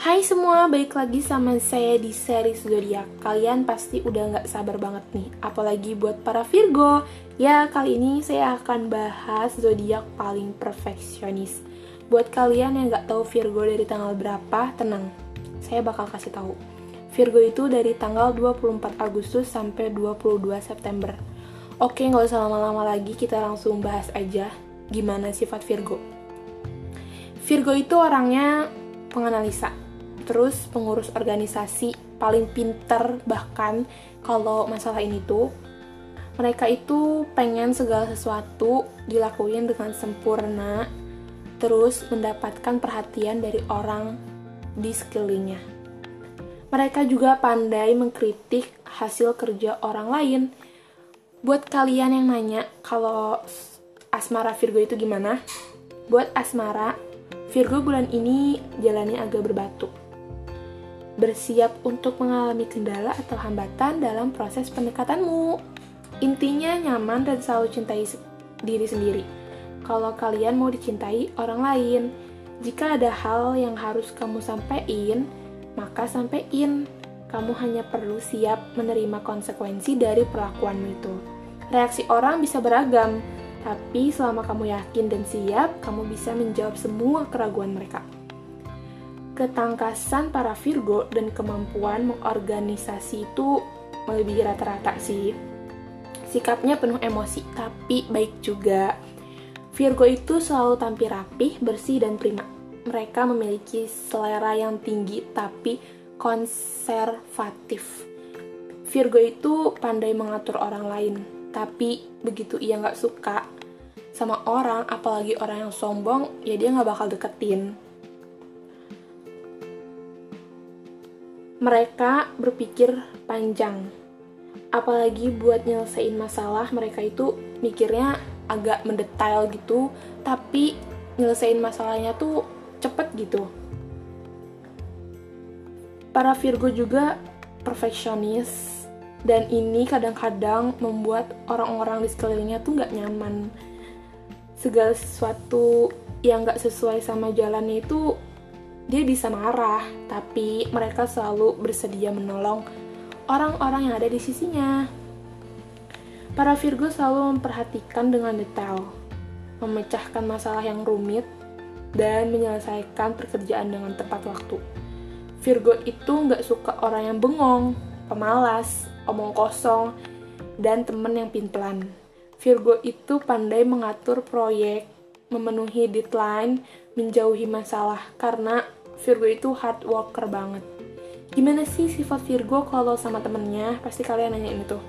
Hai semua, balik lagi sama saya di series Zodiak. Kalian pasti udah gak sabar banget nih, apalagi buat para Virgo. Ya, kali ini saya akan bahas zodiak paling perfeksionis. Buat kalian yang gak tahu Virgo dari tanggal berapa, tenang, saya bakal kasih tahu. Virgo itu dari tanggal 24 Agustus sampai 22 September. Oke, gak usah lama-lama lagi, kita langsung bahas aja gimana sifat Virgo. Virgo itu orangnya penganalisa, terus pengurus organisasi, paling pinter. Bahkan kalau masalah ini tuh mereka itu pengen segala sesuatu dilakuin dengan sempurna, terus mendapatkan perhatian dari orang di sekelilingnya. Mereka juga pandai mengkritik hasil kerja orang lain. Buat kalian yang nanya kalau asmara Virgo itu gimana, buat asmara Virgo bulan ini jalannya agak berbatu. Bersiap untuk mengalami kendala atau hambatan dalam proses pendekatanmu. Intinya nyaman dan selalu cintai diri sendiri. Kalau kalian mau dicintai orang lain, jika ada hal yang harus kamu sampaikan, maka sampaikan. Kamu hanya perlu siap menerima konsekuensi dari perlakuanmu itu. Reaksi orang bisa beragam, tapi selama kamu yakin dan siap, kamu bisa menjawab semua keraguan mereka. Ketangkasan para Virgo dan kemampuan mengorganisasi itu melebihi rata-rata sih. Sikapnya penuh emosi, tapi baik juga. Virgo itu selalu tampil rapih, bersih, dan prima. Mereka memiliki selera yang tinggi, tapi konservatif. Virgo itu pandai mengatur orang lain, tapi begitu ia nggak suka sama orang, apalagi orang yang sombong, ya dia nggak bakal deketin. Mereka berpikir panjang, apalagi buat nyelesain masalah. Mereka itu mikirnya agak mendetail gitu, tapi nyelesain masalahnya tuh cepet gitu. Para Virgo juga perfeksionis, dan ini kadang-kadang membuat orang-orang di sekelilingnya tuh nggak nyaman. Segala sesuatu yang nggak sesuai sama jalannya itu dia bisa marah, tapi mereka selalu bersedia menolong orang-orang yang ada di sisinya. Para Virgo selalu memperhatikan dengan detail, memecahkan masalah yang rumit, dan menyelesaikan pekerjaan dengan tepat waktu. Virgo itu nggak suka orang yang bengong, pemalas, omong kosong, dan temen yang pintelan. Virgo itu pandai mengatur proyek, memenuhi deadline, menjauhi masalah, karena Virgo itu hard worker banget. Gimana sih sifat Virgo kalau sama temennya? Pasti kalian nanyain itu.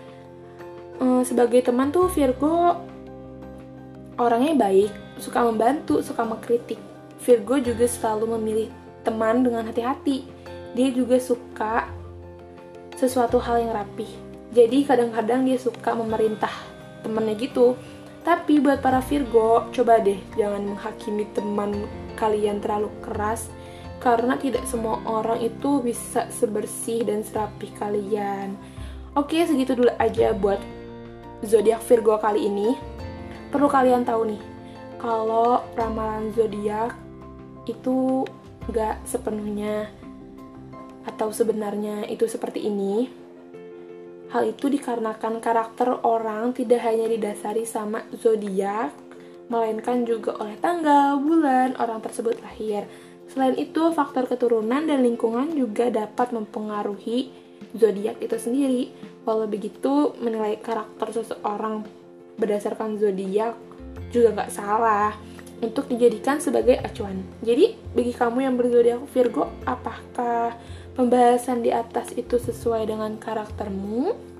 Sebagai teman tuh Virgo orangnya baik, suka membantu, suka mengkritik. Virgo juga selalu memilih teman dengan hati-hati. Dia juga suka sesuatu hal yang rapih. Jadi kadang-kadang dia suka memerintah temannya gitu. Tapi buat para Virgo, coba deh jangan menghakimi teman kalian terlalu keras, karena tidak semua orang itu bisa sebersih dan serapih kalian. Oke, segitu dulu aja buat zodiak Virgo kali ini. Perlu kalian tahu nih, kalau ramalan zodiak itu gak sepenuhnya atau sebenarnya itu seperti ini. Hal itu dikarenakan karakter orang tidak hanya didasari sama zodiak, melainkan juga oleh tanggal, bulan orang tersebut lahir. Selain itu, faktor keturunan dan lingkungan juga dapat mempengaruhi zodiak itu sendiri. Walau begitu, menilai karakter seseorang berdasarkan zodiak juga nggak salah untuk dijadikan sebagai acuan. Jadi, bagi kamu yang berzodiak Virgo, apakah pembahasan di atas itu sesuai dengan karaktermu?